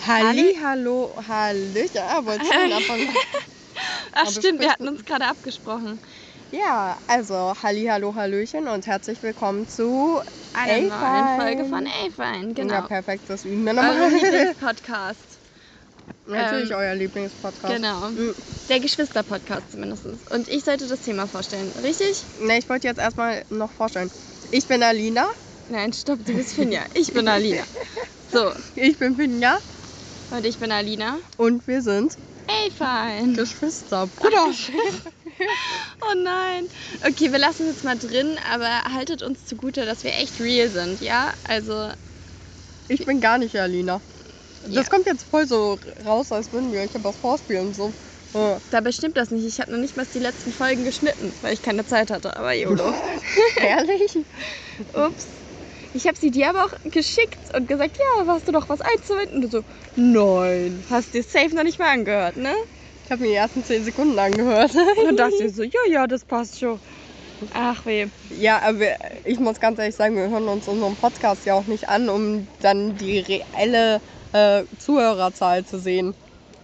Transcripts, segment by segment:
Hallo, Hallöchen. Ja, wollte schon anfangen. Ach stimmt, wir hatten uns gerade abgesprochen. Ja, also Hallo, Hallöchen und herzlich willkommen zu einer neuen Folge von A-Fine, genau. Ja, perfekt, das üben wir Eurem nochmal. Lieblingspodcast. Natürlich euer Lieblingspodcast. Genau, der Geschwister-Podcast zumindest. Und ich sollte das Thema vorstellen, richtig? Ne, ich wollte jetzt erstmal noch vorstellen. Ich bin Alina. Nein, stopp, du bist Finja. Ich bin Alina. So. Ich bin Finja. Und ich bin Alina. Und wir sind A-Fine. Geschwister, Bruder. Oh nein. Okay, wir lassen es jetzt mal drin, aber haltet uns zugute, dass wir echt real sind, ja? Also... Ich bin gar nicht Alina. Das kommt jetzt voll so raus, als würden wir euch was vorspielen und so. Ja. Dabei stimmt das nicht. Ich habe noch nicht mal die letzten Folgen geschnitten, weil ich keine Zeit hatte. Aber YOLO. Ehrlich? Ups. Ich habe sie dir aber auch geschickt und gesagt, ja, hast du doch was einzuwenden? Und du so, nein. Hast dir safe noch nicht mal angehört, ne? Ich habe mir die ersten 10 Sekunden angehört. Und dachte so, ja, das passt schon. Ach weh. Ja, aber ich muss ganz ehrlich sagen, wir hören uns unseren Podcast ja auch nicht an, um dann die reelle Zuhörerzahl zu sehen.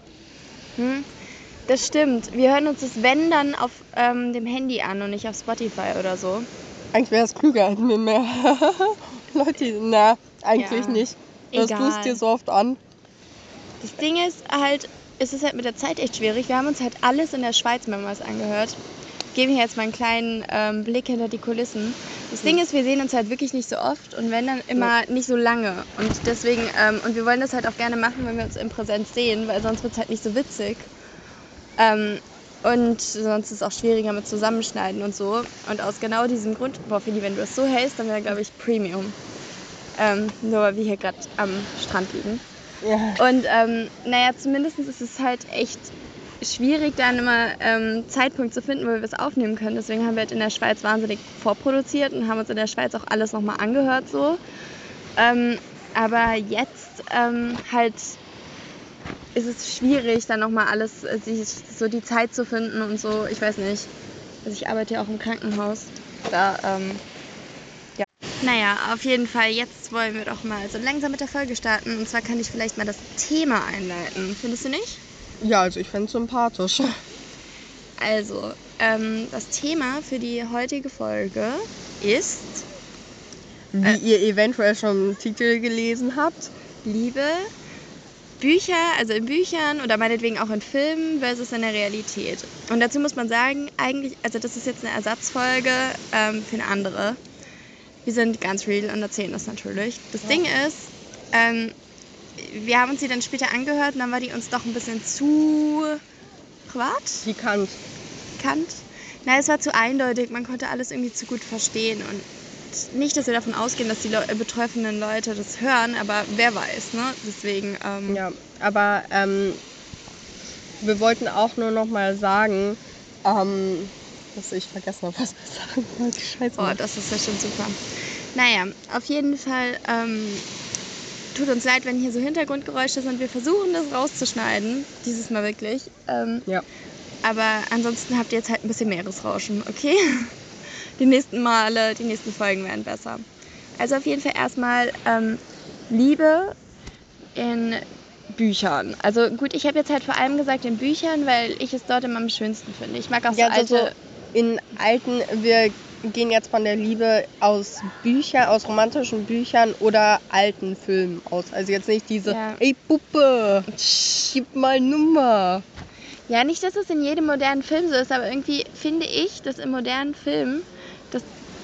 Das stimmt. Wir hören uns das, wenn, dann auf dem Handy an und nicht auf Spotify oder so. Eigentlich wäre es klüger, hätten wir mehr Leute. Na, eigentlich Ja, nicht. Das egal. tust dir so oft an. Das Ding ist halt, es ist halt mit der Zeit echt schwierig. Wir haben uns halt alles in der Schweiz mehrmals angehört. Geben hier jetzt mal einen kleinen Blick hinter die Kulissen. Das Ding ist, wir sehen uns halt wirklich nicht so oft und wenn dann immer nicht so lange. Und deswegen, und wir wollen das halt auch gerne machen, wenn wir uns in Präsenz sehen, weil sonst wird es halt nicht so witzig. Und sonst ist es auch schwieriger mit Zusammenschneiden und so. Und aus genau diesem Grund, boah, Fini, wenn du es so hältst, dann wäre, glaube ich, Premium. Nur weil wir hier gerade am Strand liegen. Ja. Und naja, zumindest ist es halt echt schwierig, dann immer Zeitpunkt zu finden, wo wir es aufnehmen können. Deswegen haben wir halt in der Schweiz wahnsinnig vorproduziert und haben uns in der Schweiz auch alles nochmal angehört so. Aber jetzt halt ist es schwierig, dann nochmal alles, sich so die Zeit zu finden und so. Ich weiß nicht. Also ich arbeite ja auch im Krankenhaus. Da, ja. Naja, auf jeden Fall, jetzt wollen wir doch mal so langsam mit der Folge starten. Und zwar kann ich vielleicht mal das Thema einleiten. Findest du nicht? Ja, also ich fände es sympathisch. Also, das Thema für die heutige Folge ist... Wie ihr eventuell schon im Titel gelesen habt. Liebe, Bücher, also in Büchern oder meinetwegen auch in Filmen versus in der Realität. Und dazu muss man sagen, eigentlich, also das ist jetzt eine Ersatzfolge für eine andere. Wir sind ganz real und erzählen das natürlich. Das Ding ist, wir haben uns die dann später angehört und dann war die uns doch ein bisschen zu privat. Pikant. Nein, es war zu eindeutig, man konnte alles irgendwie zu gut verstehen und nicht, dass wir davon ausgehen, dass die betreffenden Leute das hören, aber wer weiß, ne? Deswegen, Ja, aber wir wollten auch nur noch mal sagen, dass ich vergessen habe, was wir sagen wollten. Scheiße. Oh, das ist ja schon super. Naja, auf jeden Fall tut uns leid, wenn hier so Hintergrundgeräusche sind. Wir versuchen das rauszuschneiden, dieses Mal wirklich. Ja. Aber ansonsten habt ihr jetzt halt ein bisschen Meeresrauschen, okay? Die nächsten Male, die nächsten Folgen werden besser. Also auf jeden Fall erstmal Liebe in Büchern. Also gut, ich habe jetzt halt vor allem gesagt in Büchern, weil ich es dort immer am schönsten finde. Ich mag auch so Ja, alte... so in alten, wir gehen jetzt von der Liebe aus Büchern, aus romantischen Büchern oder alten Filmen aus. Also jetzt nicht diese, ey Puppe, gib mal Nummer. Ja, nicht, dass es in jedem modernen Film so ist, aber irgendwie finde ich, dass im modernen Film das...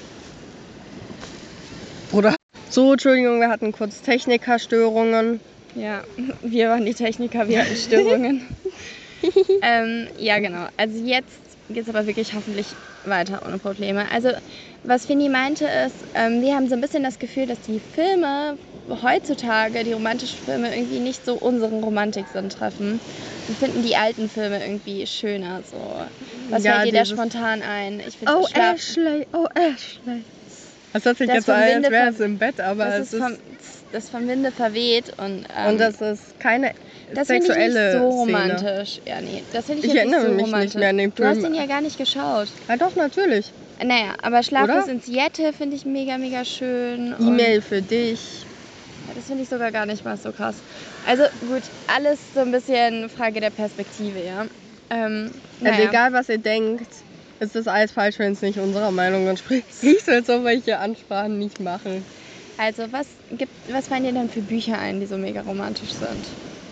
Bruder. So, Entschuldigung, wir hatten kurz Technikerstörungen. Ja, wir waren die Techniker, wir hatten Störungen. Ja, genau. Also jetzt geht es aber wirklich hoffentlich weiter ohne Probleme. Also was Finny meinte ist, wir haben so ein bisschen das Gefühl, dass die Filme heutzutage, die romantischen Filme, irgendwie nicht so unseren Romantiksinn treffen. Wir finden die alten Filme irgendwie schöner. So. Was fällt dir da spontan ein? Ich finde oh, Ashley. Das hört sich jetzt an, als wäre es im Bett, aber das ist vom Winde verweht und das ist keine das sexuelle finde ich nicht so Szene. romantisch. Ja, nee, das finde ich Ich jetzt nicht so erinnere mich romantisch. nicht mehr an den Du hast Film. ihn ja gar nicht geschaut. Ja, doch, natürlich. Naja, aber Schlaflos in Seattle finde ich mega, mega schön. E-Mail für dich. das finde ich sogar gar nicht mal so krass. Also gut, alles so ein bisschen Frage der Perspektive, ja. Also egal, was ihr denkt, ist das alles falsch, wenn es nicht unserer Meinung entspricht. Ich soll solche Ansprachen nicht machen. Also was fallen dir denn für Bücher ein, die so mega romantisch sind?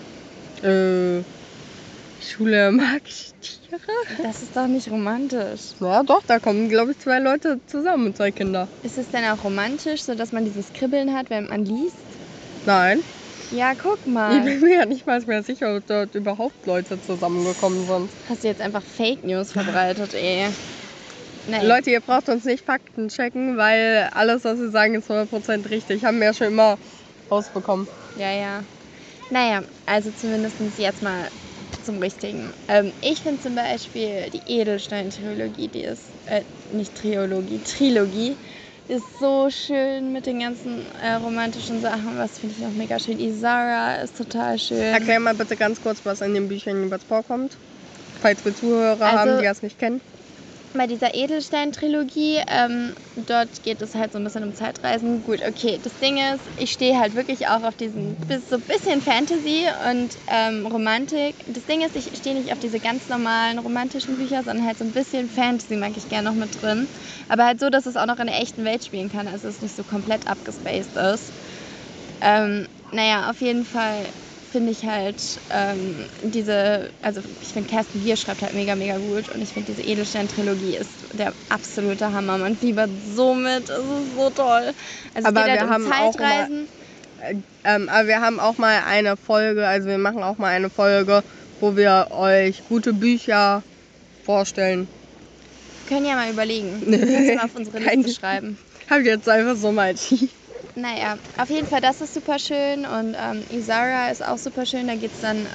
Schule magische Tiere? Das ist doch nicht romantisch. Ja doch, da kommen, glaube ich, 2 Leute zusammen und 2 Kinder. Ist es denn auch romantisch, sodass man dieses Kribbeln hat, wenn man liest? Nein. Ja, guck mal. Ich bin mir ja nicht mal mehr sicher, ob dort überhaupt Leute zusammengekommen sind. Hast du jetzt einfach Fake News verbreitet, ey. Nee. Leute, ihr braucht uns nicht Fakten checken, weil alles, was wir sagen, ist 100% richtig. Haben wir ja schon immer rausbekommen. Ja. Naja, also zumindest jetzt mal zum Richtigen. Ich finde zum Beispiel die Edelstein-Trilogie, die ist, Trilogie, ist so schön mit den ganzen romantischen Sachen. Was finde ich auch mega schön. Isara ist total schön. Erklär mal bitte ganz kurz, was in den Büchern jeweils vorkommt. Falls wir Zuhörer haben, die das nicht kennen. Bei dieser Edelstein-Trilogie, dort geht es halt so ein bisschen um Zeitreisen. Gut, okay, das Ding ist, ich stehe halt wirklich auch auf diesen, so ein bisschen Fantasy und Romantik. Das Ding ist, ich stehe nicht auf diese ganz normalen romantischen Bücher, sondern halt so ein bisschen Fantasy mag ich gerne noch mit drin. Aber halt so, dass es auch noch in der echten Welt spielen kann, also es nicht so komplett abgespaced ist. Naja, auf jeden Fall finde ich halt also ich finde Kerstin Gier schreibt halt mega, mega gut und ich finde diese Edelstein-Trilogie ist der absolute Hammer. Man fiebert so mit, es ist so toll. Also aber es geht wir halt um Zeitreisen. Aber wir haben auch mal eine Folge, also wir machen auch mal eine Folge, wo wir euch gute Bücher vorstellen. Wir können ja mal überlegen. Wir können es mal auf unsere Liste schreiben. Hab ich jetzt einfach so mal entschieden. Naja, auf jeden Fall, das ist super schön und Isara ist auch super schön. Da geht es dann,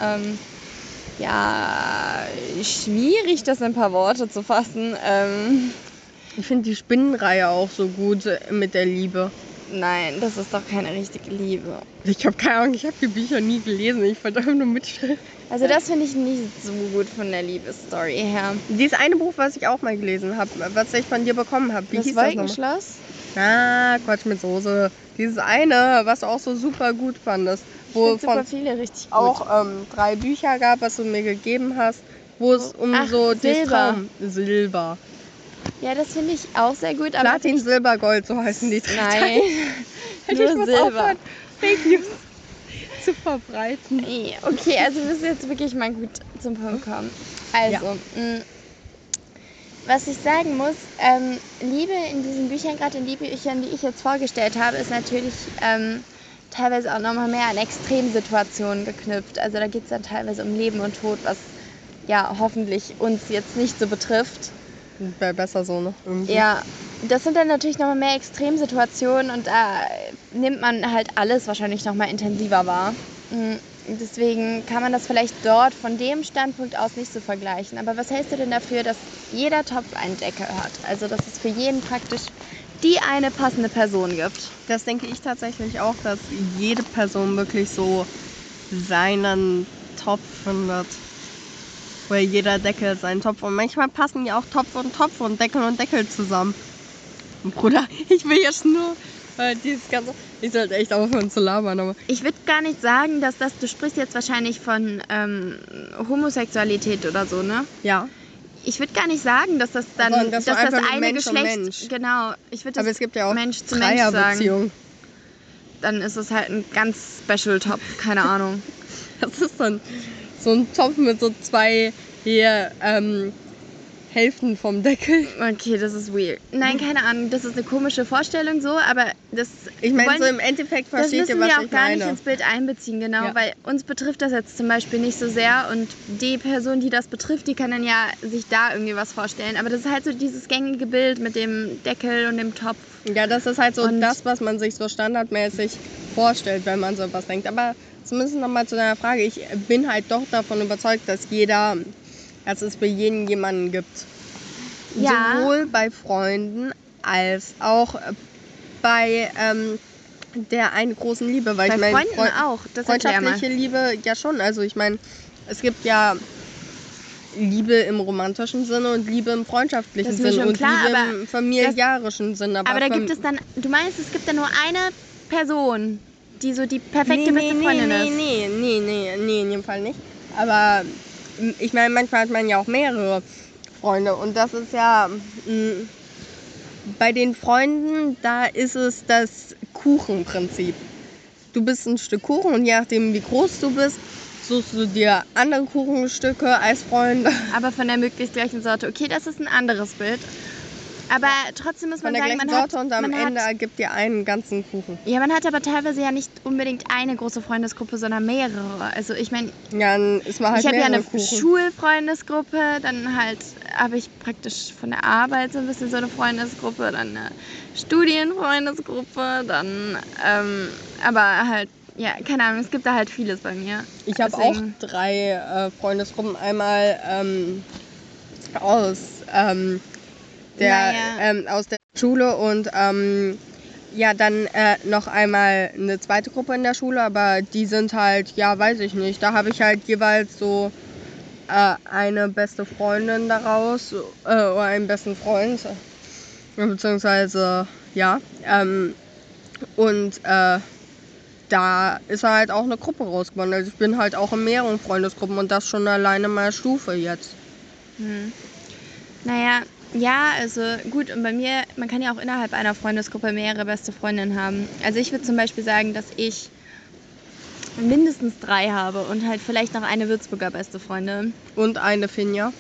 schwierig, das in ein paar Worte zu fassen. Ich finde die Spinnenreihe auch so gut mit der Liebe. Nein, das ist doch keine richtige Liebe. Ich habe keine Ahnung, ich habe die Bücher nie gelesen. Ich wollte einfach nur mitschreiben. Also das finde ich nicht so gut von der Liebesstory her. Dieses eine Buch, was ich auch mal gelesen habe, was ich von dir bekommen habe. Wie hieß das Wolkenschloss? Ah, Quatsch mit Soße. Dieses eine, was du auch so super gut fandest. Wo ich super viele richtig gut. Auch 3 Bücher gab, was du mir gegeben hast, wo es um so Silber. Ja, das finde ich auch sehr gut. Aber Platin, Silber, Gold, so heißen die 3 Nein, nur Silber. Fake News zu verbreiten. Okay, also wir müssen jetzt wirklich mal gut zum Punkt kommen. Also, was ich sagen muss, Liebe in diesen Büchern, gerade in die Büchern, die ich jetzt vorgestellt habe, ist natürlich teilweise auch nochmal mehr an Extremsituationen geknüpft. Also da geht es dann teilweise um Leben und Tod, was ja hoffentlich uns jetzt nicht so betrifft. Wäre besser so, ne? Irgendwie. Ja, das sind dann natürlich nochmal mehr Extremsituationen und da nimmt man halt alles wahrscheinlich nochmal intensiver wahr. Deswegen kann man das vielleicht dort von dem Standpunkt aus nicht so vergleichen. Aber was hältst du denn dafür, dass jeder Topf einen Deckel hat? Also dass es für jeden praktisch die eine passende Person gibt? Das denke ich tatsächlich auch, dass jede Person wirklich so seinen Topf findet. Weil jeder Deckel ist ein Topf. Und manchmal passen ja auch Topf und Deckel zusammen. Und Bruder, ich will jetzt nur dieses ganze... Ich sollte echt aufhören zu labern, aber... Ich würde gar nicht sagen, dass das... Du sprichst jetzt wahrscheinlich von Homosexualität oder so, ne? Ja. Ich würde gar nicht sagen, dass das dann... Also, dass das eine Mensch Geschlecht... Mensch. Genau. Ich würde das aber es gibt ja auch Mensch zu Mensch sagen. Dann ist es halt ein ganz special Topf. Keine Ahnung. Das ist dann so ein Topf mit so 2 hier Hälften vom Deckel. Okay, das ist weird. Nein, keine Ahnung, das ist eine komische Vorstellung so, aber das... Ich meine, so im Endeffekt versteht ihr, was ich meine. Das müssen wir auch gar nicht ins Bild einbeziehen, genau, ja. Weil uns betrifft das jetzt zum Beispiel nicht so sehr und die Person, die das betrifft, die kann dann ja sich da irgendwie was vorstellen. Aber das ist halt so dieses gängige Bild mit dem Deckel und dem Topf. Ja, das ist halt so das, was man sich so standardmäßig vorstellt, wenn man so was denkt. Aber zumindest nochmal zu deiner Frage, ich bin halt doch davon überzeugt, dass es für jeden jemanden gibt. Ja. Sowohl bei Freunden als auch bei der einen großen Liebe. Weil bei ich meine, Freunden auch. Das freundschaftliche Liebe, ja schon. Also ich meine, es gibt ja Liebe im romantischen Sinne und Liebe im freundschaftlichen Sinne und klar, Liebe im familiarischen Sinne. Aber da gibt es dann, du meinst, es gibt dann nur eine Person, die so die perfekte beste Freundin ist. Nee, in dem Fall nicht. Aber ich meine, manchmal hat man ja auch mehrere Freunde und das ist ja bei den Freunden, da ist es das Kuchenprinzip. Du bist ein Stück Kuchen und je nachdem, wie groß du bist, suchst du dir andere Kuchenstücke als Freunde. Aber von der möglichst gleichen Sorte. Okay, das ist ein anderes Bild. Aber trotzdem muss man sagen, man hat... und am Ende ergibt dir einen ganzen Kuchen. Ja, man hat aber teilweise ja nicht unbedingt eine große Freundesgruppe, sondern mehrere. Also ich meine... Ja, dann ist man halt ich habe ja eine Kuchen. Schulfreundesgruppe, dann halt habe ich praktisch von der Arbeit so ein bisschen so eine Freundesgruppe, dann eine Studienfreundesgruppe, dann aber halt, ja, keine Ahnung, es gibt da halt vieles bei mir. Ich habe auch 3 Freundesgruppen. Einmal aus der Schule und dann noch einmal eine zweite Gruppe in der Schule, aber die sind halt, ja, weiß ich nicht, da habe ich halt jeweils so eine beste Freundin daraus oder einen besten Freund, beziehungsweise, ja, und da ist halt auch eine Gruppe rausgeworden. Also ich bin halt auch in mehreren Freundesgruppen und das schon alleine mal Stufe jetzt. Naja, ja, also gut, und bei mir, man kann ja auch innerhalb einer Freundesgruppe mehrere beste Freundinnen haben. Also ich würde zum Beispiel sagen, dass ich mindestens 3 habe und halt vielleicht noch eine Würzburger beste Freundin. Und eine Finja.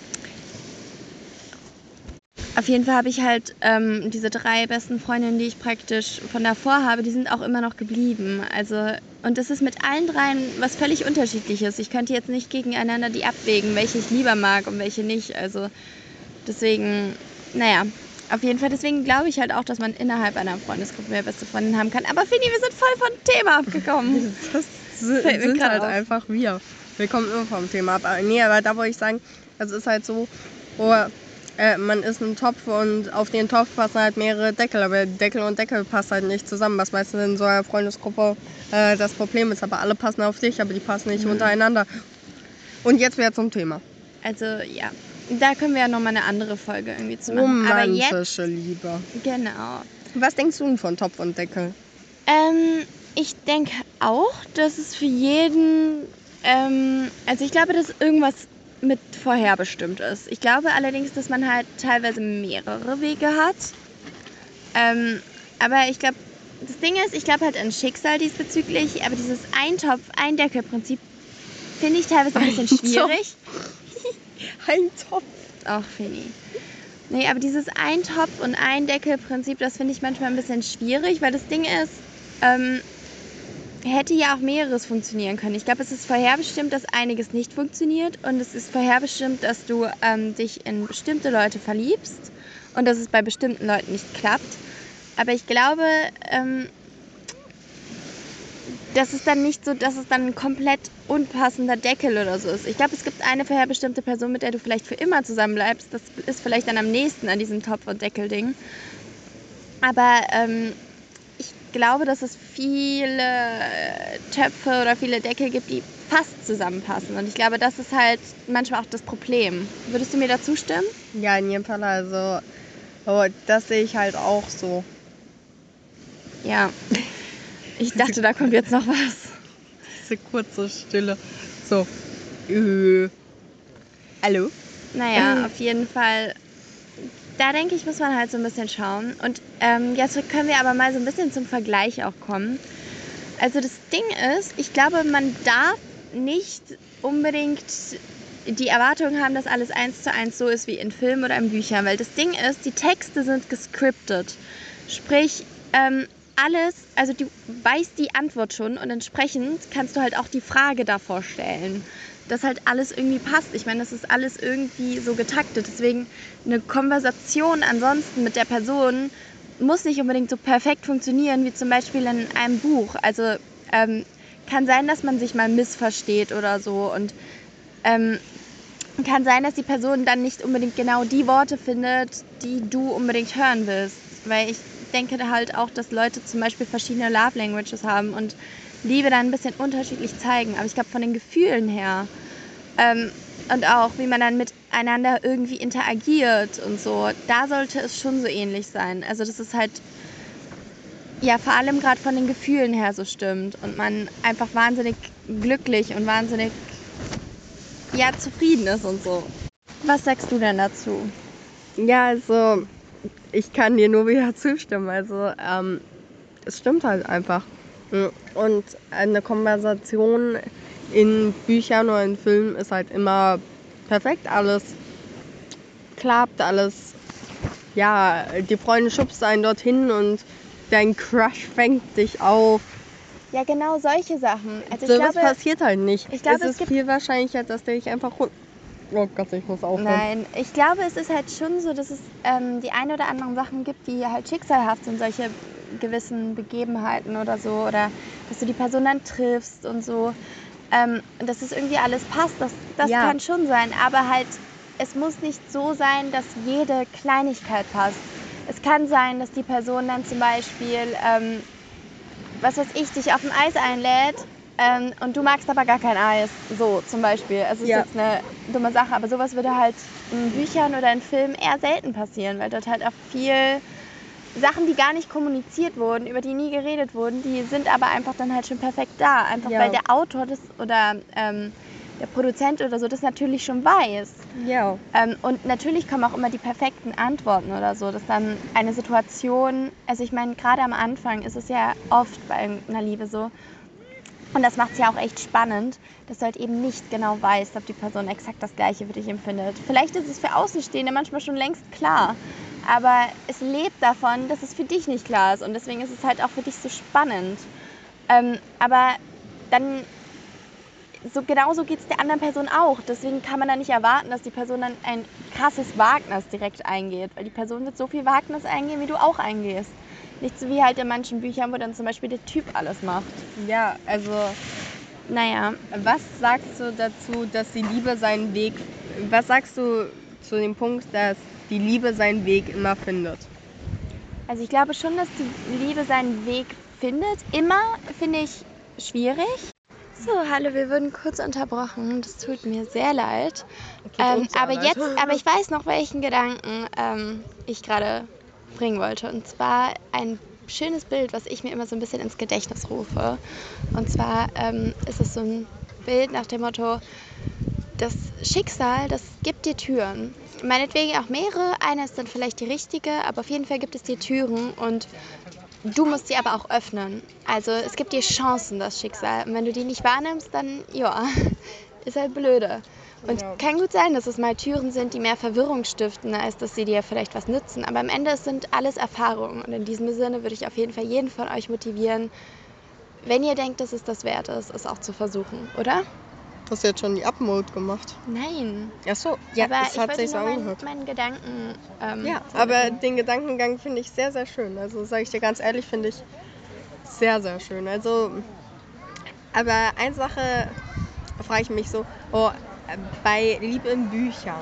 Auf jeden Fall habe ich halt diese 3 besten Freundinnen, die ich praktisch von davor habe, die sind auch immer noch geblieben. Also, und das ist mit allen 3 was völlig Unterschiedliches. Ich könnte jetzt nicht gegeneinander die abwägen, welche ich lieber mag und welche nicht. Also deswegen, naja, auf jeden Fall, deswegen glaube ich halt auch, dass man innerhalb einer Freundesgruppe mehr beste Freundinnen haben kann. Aber Fini, wir sind voll vom Thema abgekommen. Das sind halt einfach wir. Wir kommen immer vom Thema ab. Aber da wollte ich sagen, das ist halt so, man ist ein Topf und auf den Topf passen halt mehrere Deckel, aber Deckel und Deckel passen halt nicht zusammen, was meistens in so einer Freundesgruppe das Problem ist. Aber alle passen auf dich, aber die passen nicht untereinander. Und jetzt wieder zum Thema. Also ja, da können wir ja nochmal eine andere Folge irgendwie zu machen. Romantische Liebe. Genau. Was denkst du denn von Topf und Deckel? Ich denke auch, dass es für jeden, also ich glaube, dass irgendwas mit vorherbestimmt ist. Ich glaube allerdings, dass man halt teilweise mehrere Wege hat. Aber ich glaube, das Ding ist, ich glaube halt an Schicksal diesbezüglich, aber dieses Eintopf-Eindeckel-Prinzip finde ich teilweise ein bisschen schwierig. Ein Topf. Ach, Fini. Nee, aber dieses Eintopf- und Eindeckel-Prinzip, das finde ich manchmal ein bisschen schwierig, weil das Ding ist, hätte ja auch mehreres funktionieren können. Ich glaube, es ist vorherbestimmt, dass einiges nicht funktioniert und es ist vorherbestimmt, dass du dich in bestimmte Leute verliebst und dass es bei bestimmten Leuten nicht klappt. Aber ich glaube, dass es dann nicht so, dass es dann ein komplett unpassender Deckel oder so ist. Ich glaube, es gibt eine vorherbestimmte Person, mit der du vielleicht für immer zusammenbleibst. Das ist vielleicht dann am nächsten an diesem Topf- und Deckel-Ding. Aber ich glaube, dass es viele Töpfe oder viele Deckel gibt, die fast zusammenpassen. Und ich glaube, das ist halt manchmal auch das Problem. Würdest du mir da zustimmen? Ja, in jedem Fall. Also, das sehe ich halt auch so. Ja. Ich dachte, da kommt jetzt noch was. Diese kurze Stille. So. Hallo? Naja, auf jeden Fall. Da denke ich, muss man halt so ein bisschen schauen. Und jetzt können wir aber mal so ein bisschen zum Vergleich auch kommen. Also das Ding ist, ich glaube, man darf nicht unbedingt die Erwartung haben, dass alles 1:1 so ist wie in Filmen oder in Büchern. Weil das Ding ist, die Texte sind gescriptet. Sprich, alles, also du weißt die Antwort schon und entsprechend kannst du halt auch die Frage davor stellen. Dass halt alles irgendwie passt. Ich meine, das ist alles irgendwie so getaktet. Deswegen eine Konversation ansonsten mit der Person muss nicht unbedingt so perfekt funktionieren wie zum Beispiel in einem Buch. Also kann sein, dass man sich mal missversteht oder so und kann sein, dass die Person dann nicht unbedingt genau die Worte findet, die du unbedingt hören willst. Weil ich denke halt auch, dass Leute zum Beispiel verschiedene Love Languages haben und Liebe dann ein bisschen unterschiedlich zeigen. Aber ich glaube, von den Gefühlen her und auch, wie man dann miteinander irgendwie interagiert und so, da sollte es schon so ähnlich sein. Also das ist halt, ja vor allem gerade von den Gefühlen her so stimmt und man einfach wahnsinnig glücklich und wahnsinnig zufrieden ist und so. Was sagst du denn dazu? Ja, also ich kann dir nur wieder zustimmen. Also es stimmt halt einfach. Und eine Konversation in Büchern oder in Filmen ist halt immer perfekt. Alles klappt, alles. Ja, die Freundin schubst einen dorthin und dein Crush fängt dich auf. Ja, genau solche Sachen. Also sowas passiert halt nicht. Ich glaube, es ist viel wahrscheinlicher, dass der dich einfach... Oh Gott, ich muss aufhören. Nein, ich glaube, es ist halt schon so, dass es die ein oder anderen Sachen gibt, die halt schicksalhaft sind, solche gewissen Begebenheiten oder so. Oder dass du die Person dann triffst und so. Dass es irgendwie alles passt, das kann schon sein. Aber halt, es muss nicht so sein, dass jede Kleinigkeit passt. Es kann sein, dass die Person dann zum Beispiel, was weiß ich, dich auf ein Eis einlädt und du magst aber gar kein Eis. So zum Beispiel. Also ist jetzt eine dumme Sache, aber sowas würde halt in Büchern oder in Filmen eher selten passieren, weil dort halt auch viel Sachen, die gar nicht kommuniziert wurden, über die nie geredet wurden, die sind aber einfach dann halt schon perfekt da. Einfach weil der Autor das oder der Produzent oder so das natürlich schon weiß. Ja. Und natürlich kommen auch immer die perfekten Antworten oder so, dass dann eine Situation, also ich meine, gerade am Anfang ist es ja oft bei einer Liebe so, und das macht es ja auch echt spannend, dass du halt eben nicht genau weißt, ob die Person exakt das Gleiche für dich empfindet. Vielleicht ist es für Außenstehende manchmal schon längst klar, aber es lebt davon, dass es für dich nicht klar ist und deswegen ist es halt auch für dich so spannend. Aber dann, genauso geht es der anderen Person auch. Deswegen kann man dann nicht erwarten, dass die Person dann ein krasses Wagnis direkt eingeht, weil die Person wird so viel Wagnis eingehen, wie du auch eingehst. Nicht so wie halt in manchen Büchern, wo dann zum Beispiel der Typ alles macht. Ja, also, naja. Was sagst du dazu, dass die Liebe seinen Weg... Was sagst du zu dem Punkt, dass die Liebe seinen Weg immer findet? Also ich glaube schon, dass die Liebe seinen Weg findet. Immer finde ich schwierig. So, hallo, wir wurden kurz unterbrochen. Das tut mir sehr leid. Aber ich weiß noch, welchen Gedanken ich gerade bringen wollte. Und zwar ein schönes Bild, was ich mir immer so ein bisschen ins Gedächtnis rufe. Und zwar ist es so ein Bild nach dem Motto, das Schicksal, das gibt dir Türen. Meinetwegen auch mehrere. Eine ist dann vielleicht die richtige, aber auf jeden Fall gibt es dir Türen und du musst sie aber auch öffnen. Also es gibt dir Chancen, das Schicksal. Und wenn du die nicht wahrnimmst, dann ist halt blöde. Und kann gut sein, dass es mal Türen sind, die mehr Verwirrung stiften, als dass sie dir vielleicht was nützen. Aber am Ende sind alles Erfahrungen. Und in diesem Sinne würde ich auf jeden Fall jeden von euch motivieren, wenn ihr denkt, dass es das wert ist, es auch zu versuchen, oder? Hast du jetzt schon die Up-Mode gemacht? Nein. Achso, ja, aber das hat sich so angehört. Meinen Gedanken... aber den Gedankengang finde ich sehr, sehr schön. Also sage ich dir ganz ehrlich, finde ich sehr, sehr schön. Also, aber eine Sache frage ich mich so, bei Liebe in Büchern,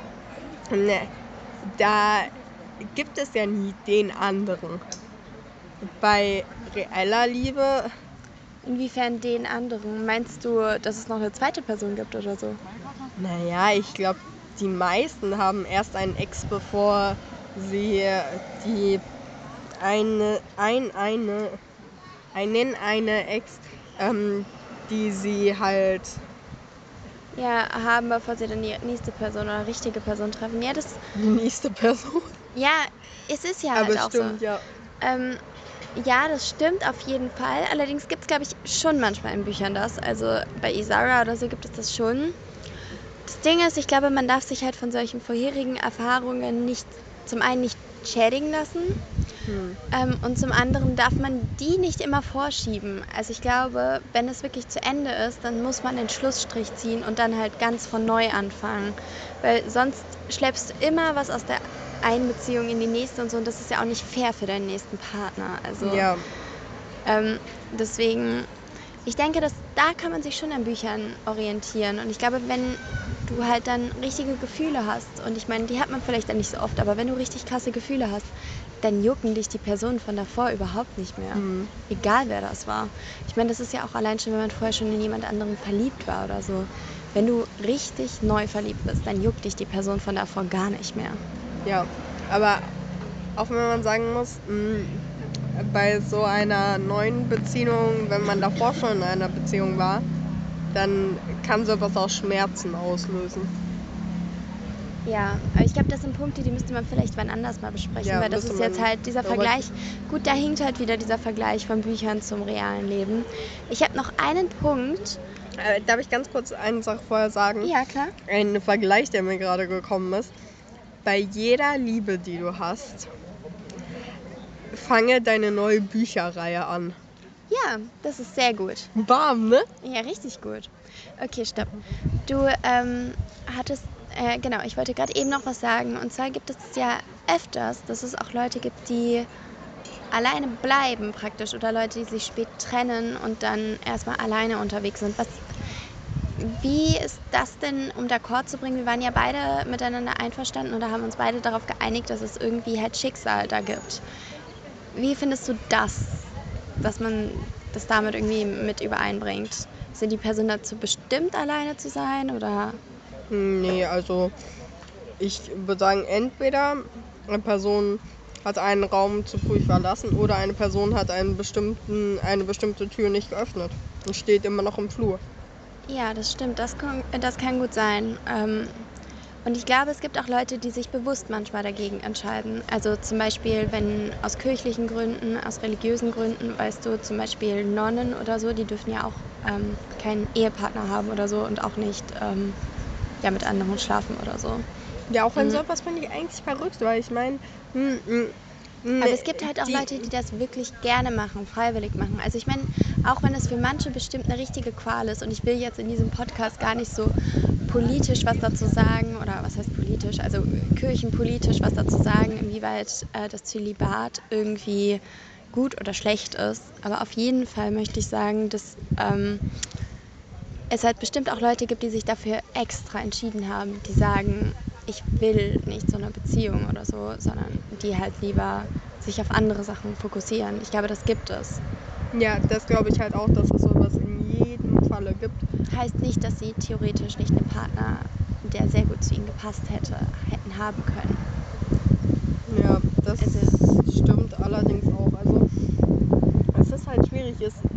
da gibt es ja nie den anderen. Bei reeller Liebe... Inwiefern den anderen? Meinst du, dass es noch eine zweite Person gibt oder so? Naja, ich glaube, die meisten haben erst einen Ex, bevor sie eine Ex, die sie halt... Ja, haben, bevor sie dann die nächste Person oder richtige Person treffen. Ja, die nächste Person? Ja, es ist ja aber halt auch stimmt, so. Ja. Ja, das stimmt auf jeden Fall. Allerdings gibt es, glaube ich, schon manchmal in Büchern das. Also bei Isara oder so gibt es das schon. Das Ding ist, ich glaube, man darf sich halt von solchen vorherigen Erfahrungen zum einen nicht schädigen lassen und zum anderen darf man die nicht immer vorschieben. Also ich glaube, wenn es wirklich zu Ende ist, dann muss man den Schlussstrich ziehen und dann halt ganz von neu anfangen. Weil sonst schleppst du immer was aus der einen Beziehung in die nächste und so und das ist ja auch nicht fair für deinen nächsten Partner. Also deswegen, ich denke, da kann man sich schon an Büchern orientieren und ich glaube, wenn du halt dann richtige Gefühle hast und ich meine, die hat man vielleicht dann nicht so oft, aber wenn du richtig krasse Gefühle hast, dann jucken dich die Personen von davor überhaupt nicht mehr. Egal, wer das war. Ich meine, das ist ja auch allein schon, wenn man vorher schon in jemand anderem verliebt war oder so. Wenn du richtig neu verliebt bist, dann juckt dich die Person von davor gar nicht mehr. Ja, aber auch wenn man sagen muss, bei so einer neuen Beziehung, wenn man davor schon in einer Beziehung war, dann kann sowas auch Schmerzen auslösen. Ja, aber ich glaube, das sind Punkte, die müsste man vielleicht wann anders mal besprechen, Ja, weil das müsste ist jetzt man halt dieser darüber- Vergleich. Gut, da hinkt halt wieder dieser Vergleich von Büchern zum realen Leben. Ich habe noch einen Punkt. Darf ich ganz kurz eine Sache vorher sagen? Ja, klar. Ein Vergleich, der mir gerade gekommen ist. Bei jeder Liebe, die du hast, fange deine neue Bücherreihe an. Ja, das ist sehr gut. Warm, ne? Ja, richtig gut. Okay, stopp. Du hattest, genau, ich wollte gerade eben noch was sagen. Und zwar gibt es ja öfters, dass es auch Leute gibt, die alleine bleiben praktisch oder Leute, die sich spät trennen und dann erstmal alleine unterwegs sind. Wie ist das denn, um d'accord zu bringen? Wir waren ja beide miteinander einverstanden oder haben uns beide darauf geeinigt, dass es irgendwie halt Schicksal da gibt. Wie findest du das, dass man das damit irgendwie mit übereinbringt? Sind die Personen dazu bestimmt, alleine zu sein oder? Nee, also ich würde sagen, entweder eine Person hat einen Raum zu früh verlassen oder eine Person hat eine bestimmte Tür nicht geöffnet und steht immer noch im Flur. Ja, das stimmt, das kann gut sein. Und ich glaube, es gibt auch Leute, die sich bewusst manchmal dagegen entscheiden. Also zum Beispiel, wenn aus kirchlichen Gründen, aus religiösen Gründen, weißt du, zum Beispiel Nonnen oder so, die dürfen ja auch keinen Ehepartner haben oder so und auch nicht mit anderen schlafen oder so. Ja, auch wenn sowas finde ich eigentlich verrückt, weil ich meine, aber es gibt halt auch Leute, die das wirklich gerne machen, freiwillig machen. Also ich meine, auch wenn es für manche bestimmt eine richtige Qual ist und ich will jetzt in diesem Podcast gar nicht so politisch was dazu sagen oder was heißt politisch, also kirchenpolitisch was dazu sagen, inwieweit das Zölibat irgendwie gut oder schlecht ist. Aber auf jeden Fall möchte ich sagen, dass es halt bestimmt auch Leute gibt, die sich dafür extra entschieden haben, die sagen, ich will nicht so eine Beziehung oder so, sondern die halt lieber sich auf andere Sachen fokussieren. Ich glaube, das gibt es. Ja, das glaube ich halt auch, dass es sowas in jedem Falle gibt. Heißt nicht, dass sie theoretisch nicht einen Partner, der sehr gut zu ihnen gepasst hätten haben können. Ja, das stimmt allerdings auch. Also es ist halt schwierig.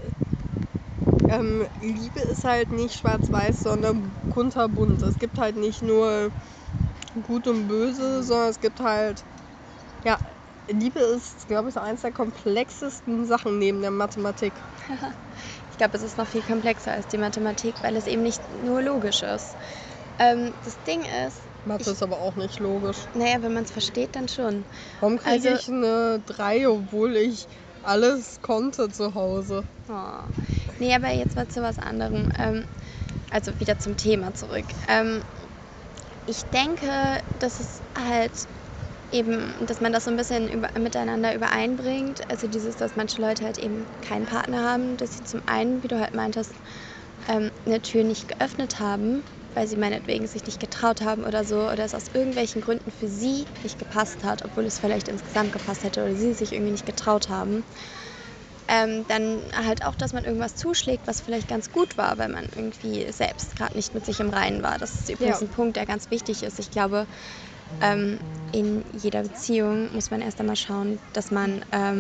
Liebe ist halt nicht schwarz-weiß, sondern kunterbunt. Es gibt halt nicht nur Gut und Böse, sondern es gibt halt, ja, Liebe ist, glaube ich, so eins der komplexesten Sachen neben der Mathematik. Ich glaube, es ist noch viel komplexer als die Mathematik, weil es eben nicht nur logisch ist. Das Ding ist... Mathe ist aber auch nicht logisch. Naja, wenn man es versteht, dann schon. Warum kriege ich eine 3, obwohl ich alles konnte zu Hause? Oh. Nee, aber jetzt mal zu was anderem. Also wieder zum Thema zurück. Ich denke, dass es halt eben, dass man das so ein bisschen miteinander übereinbringt. Also dass manche Leute halt eben keinen Partner haben, dass sie zum einen, wie du halt meintest, eine Tür nicht geöffnet haben, weil sie meinetwegen sich nicht getraut haben oder so, oder es aus irgendwelchen Gründen für sie nicht gepasst hat, obwohl es vielleicht insgesamt gepasst hätte oder sie sich irgendwie nicht getraut haben. Dann halt auch, dass man irgendwas zuschlägt, was vielleicht ganz gut war, weil man irgendwie selbst gerade nicht mit sich im Reinen war. Das ist übrigens ein Punkt, der ganz wichtig ist. Ich glaube, in jeder Beziehung muss man erst einmal schauen, dass man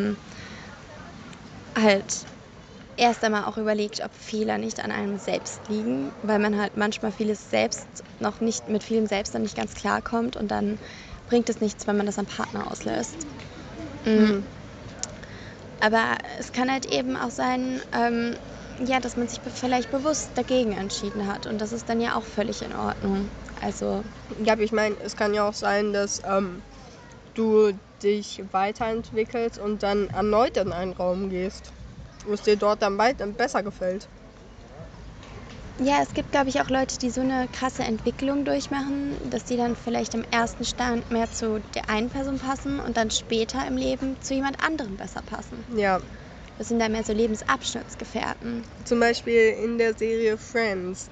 halt erst einmal auch überlegt, ob Fehler nicht an einem selbst liegen, weil man halt manchmal mit vielem selbst noch nicht ganz klarkommt und dann bringt es nichts, wenn man das am Partner auslässt. Aber es kann halt eben auch sein, dass man sich vielleicht bewusst dagegen entschieden hat und das ist dann ja auch völlig in Ordnung. Also ja, ich meine, es kann ja auch sein, dass du dich weiterentwickelst und dann erneut in einen Raum gehst, wo es dir dort dann besser gefällt. Ja, es gibt, glaube ich, auch Leute, die so eine krasse Entwicklung durchmachen, dass die dann vielleicht im ersten Stand mehr zu der einen Person passen und dann später im Leben zu jemand anderem besser passen. Ja. Das sind dann mehr so Lebensabschnittsgefährten. Zum Beispiel in der Serie Friends.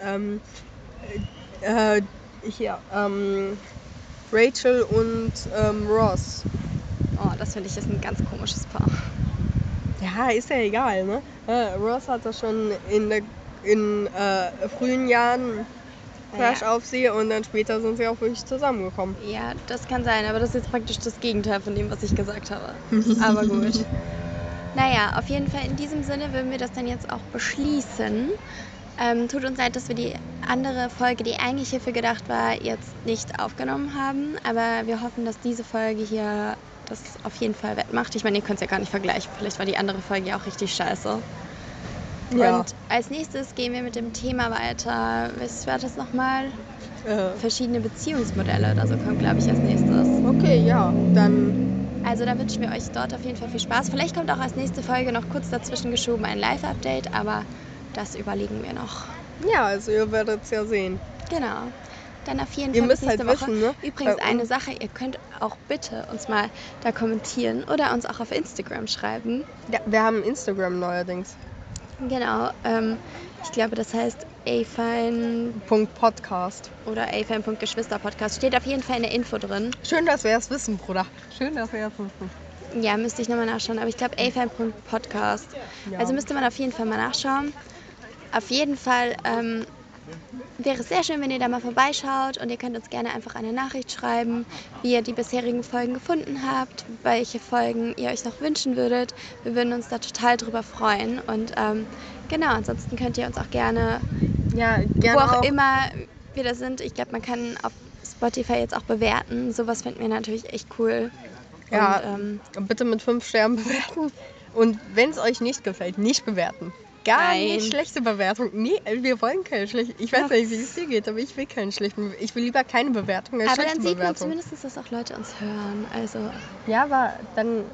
Rachel und Ross. Oh, das finde ich ist ein ganz komisches Paar. Ja, ist ja egal, ne? Ross hat das schon in frühen Jahren Crush auf sie und dann später sind sie auch wirklich zusammengekommen. Ja, das kann sein, aber das ist jetzt praktisch das Gegenteil von dem, was ich gesagt habe. Aber gut. Naja, auf jeden Fall in diesem Sinne würden wir das dann jetzt auch beschließen. Tut uns leid, dass wir die andere Folge, die eigentlich hierfür gedacht war, jetzt nicht aufgenommen haben. Aber wir hoffen, dass diese Folge hier das auf jeden Fall wettmacht. Ich meine, ihr könnt es ja gar nicht vergleichen. Vielleicht war die andere Folge ja auch richtig scheiße. Ja. Und als nächstes gehen wir mit dem Thema weiter. Was war das nochmal? Verschiedene Beziehungsmodelle oder so kommt, glaube ich, als nächstes. Okay, ja, dann... Also da wünschen wir euch dort auf jeden Fall viel Spaß. Vielleicht kommt auch als nächste Folge noch kurz dazwischen geschoben ein Live-Update, aber das überlegen wir noch. Ja, also ihr werdet es ja sehen. Genau. Dann auf jeden Fall bis nächste Woche. Wissen, ne? Übrigens eine Sache, ihr könnt auch bitte uns mal da kommentieren oder uns auch auf Instagram schreiben. Ja, wir haben Instagram neuerdings. Genau, ich glaube, das heißt afine.podcast oder afine.geschwisterpodcast. Steht auf jeden Fall in der Info drin. Schön, dass wir es wissen, Bruder. Schön, dass wir es wissen. Ja, müsste ich nochmal nachschauen, aber ich glaube afine.podcast. Ja. Also müsste man auf jeden Fall mal nachschauen. Auf jeden Fall wäre es sehr schön, wenn ihr da mal vorbeischaut und ihr könnt uns gerne einfach eine Nachricht schreiben, wie ihr die bisherigen Folgen gefunden habt, welche Folgen ihr euch noch wünschen würdet. Wir würden uns da total drüber freuen und genau, ansonsten könnt ihr uns auch gerne wo auch immer wir da sind. Ich glaube, man kann auf Spotify jetzt auch bewerten. Sowas finden wir natürlich echt cool. Ja, und bitte mit 5 Sternen bewerten. Und wenn es euch nicht gefällt, nicht bewerten. Nicht schlechte Bewertung. Nee, wir wollen keine schlechte. Ich weiß nicht, wie es dir geht, aber ich will keine schlechten. Ich will lieber keine Bewertung als schlechte Bewertung. Aber dann sieht man zumindest, dass auch Leute uns hören. Also. Ja, aber dann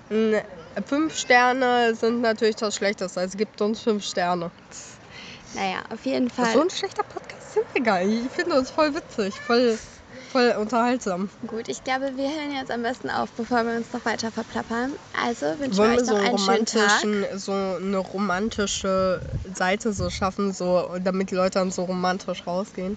5 Sterne sind natürlich das Schlechteste. Also gibt uns 5 Sterne. Naja, auf jeden Fall. So ein schlechter Podcast sind wir gar nicht. Ich finde uns voll witzig, voll unterhaltsam. Gut, ich glaube, wir hören jetzt am besten auf, bevor wir uns noch weiter verplappern. Also wünschen wir euch noch einen schönen Tag. So eine romantische Seite so schaffen, so, damit die Leute dann so romantisch rausgehen.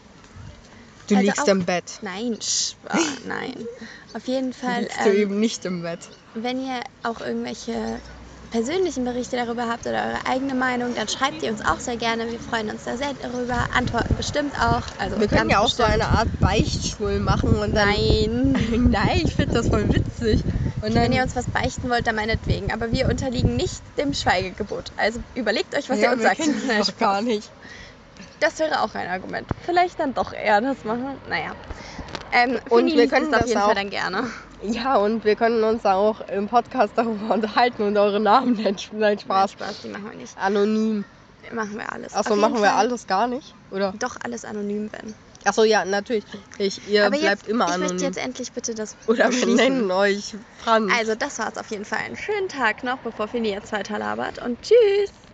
Du liegst im Bett. Nein, nein. Auf jeden Fall. Liegst du eben nicht im Bett. Wenn ihr auch irgendwelche persönlichen Berichte darüber habt oder eure eigene Meinung, dann schreibt ihr uns auch sehr gerne. Wir freuen uns da sehr darüber. Antworten bestimmt auch. Also wir können ja auch so eine Art Beichtstuhl machen und dann... Nein, ich finde das voll witzig. Und wenn ihr uns was beichten wollt, dann meinetwegen. Aber wir unterliegen nicht dem Schweigegebot. Also überlegt euch, was ihr uns sagt. Nein, doch gar nicht. Das wäre auch ein Argument. Vielleicht dann doch eher das machen. Naja. Und wir können das auf jeden Fall dann gerne. Ja, und wir können uns auch im Podcast darüber unterhalten und eure Namen nennen. Nein, Spaß. Die machen wir nicht. Anonym. Machen wir alles. Achso, machen wir alles gar nicht? Oder? Doch, alles anonym, wenn. Achso, ja, natürlich. Ihr aber bleibt jetzt, immer anonym. Ich möchte jetzt endlich bitte das Oder wir nennen euch Franz. Also, das war's auf jeden Fall. Einen schönen Tag noch, bevor Fini jetzt weiter labert. Und tschüss!